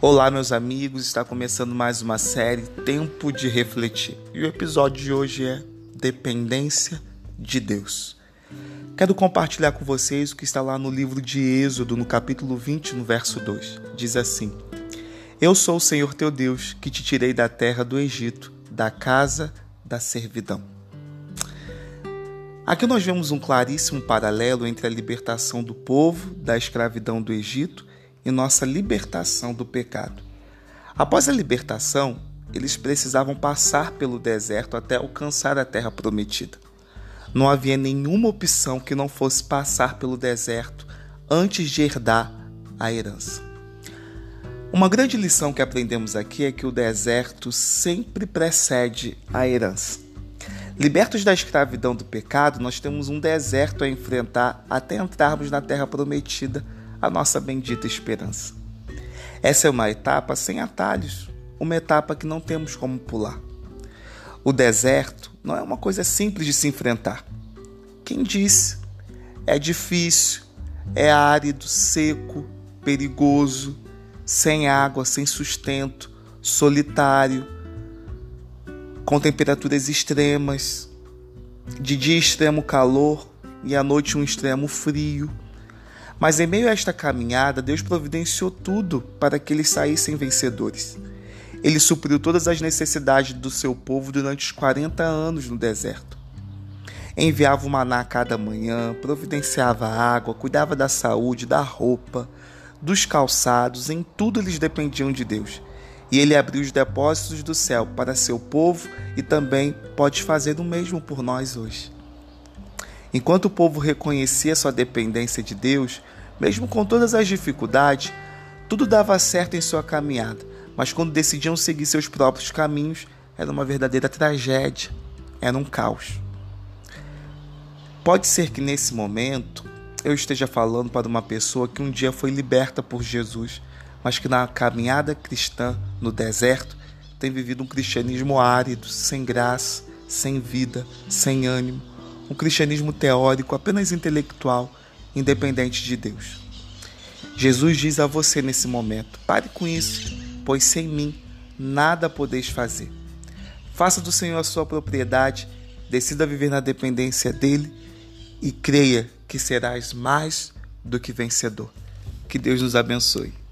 Olá, meus amigos, está começando mais uma série Tempo de Refletir. E o episódio de hoje é Dependência de Deus. Quero compartilhar com vocês o que está lá no livro de Êxodo, no capítulo 20, no verso 2. Diz assim: Eu sou o Senhor teu Deus, que te tirei da terra do Egito, da casa da servidão. Aqui nós vemos um claríssimo paralelo entre a libertação do povo da escravidão do Egito e nossa libertação do pecado. Após a libertação, eles precisavam passar pelo deserto até alcançar a terra prometida. Não havia nenhuma opção que não fosse passar pelo deserto antes de herdar a herança. Uma grande lição que aprendemos aqui é que o deserto sempre precede a herança. Libertos da escravidão do pecado, nós temos um deserto a enfrentar até entrarmos na terra prometida, a nossa bendita esperança. Essa é uma etapa sem atalhos, uma etapa que não temos como pular. O deserto não é uma coisa simples de se enfrentar. Quem disse? É difícil, é árido, seco, perigoso, sem água, sem sustento, solitário, com temperaturas extremas, de dia extremo calor e à noite um extremo frio. Mas em meio a esta caminhada, Deus providenciou tudo para que eles saíssem vencedores. Ele supriu todas as necessidades do seu povo durante os 40 anos no deserto. Enviava o maná a cada manhã, providenciava água, cuidava da saúde, da roupa, dos calçados, em tudo eles dependiam de Deus. E ele abriu os depósitos do céu para seu povo e também pode fazer o mesmo por nós hoje. Enquanto o povo reconhecia sua dependência de Deus, mesmo com todas as dificuldades, tudo dava certo em sua caminhada. Mas quando decidiam seguir seus próprios caminhos, era uma verdadeira tragédia, era um caos. Pode ser que nesse momento eu esteja falando para uma pessoa que um dia foi liberta por Jesus, mas que na caminhada cristã, no deserto, tem vivido um cristianismo árido, sem graça, sem vida, sem ânimo. Um cristianismo teórico, apenas intelectual, independente de Deus. Jesus diz a você nesse momento: pare com isso, pois sem mim nada podeis fazer. Faça do Senhor a sua propriedade, decida viver na dependência dele e creia que serás mais do que vencedor. Que Deus nos abençoe.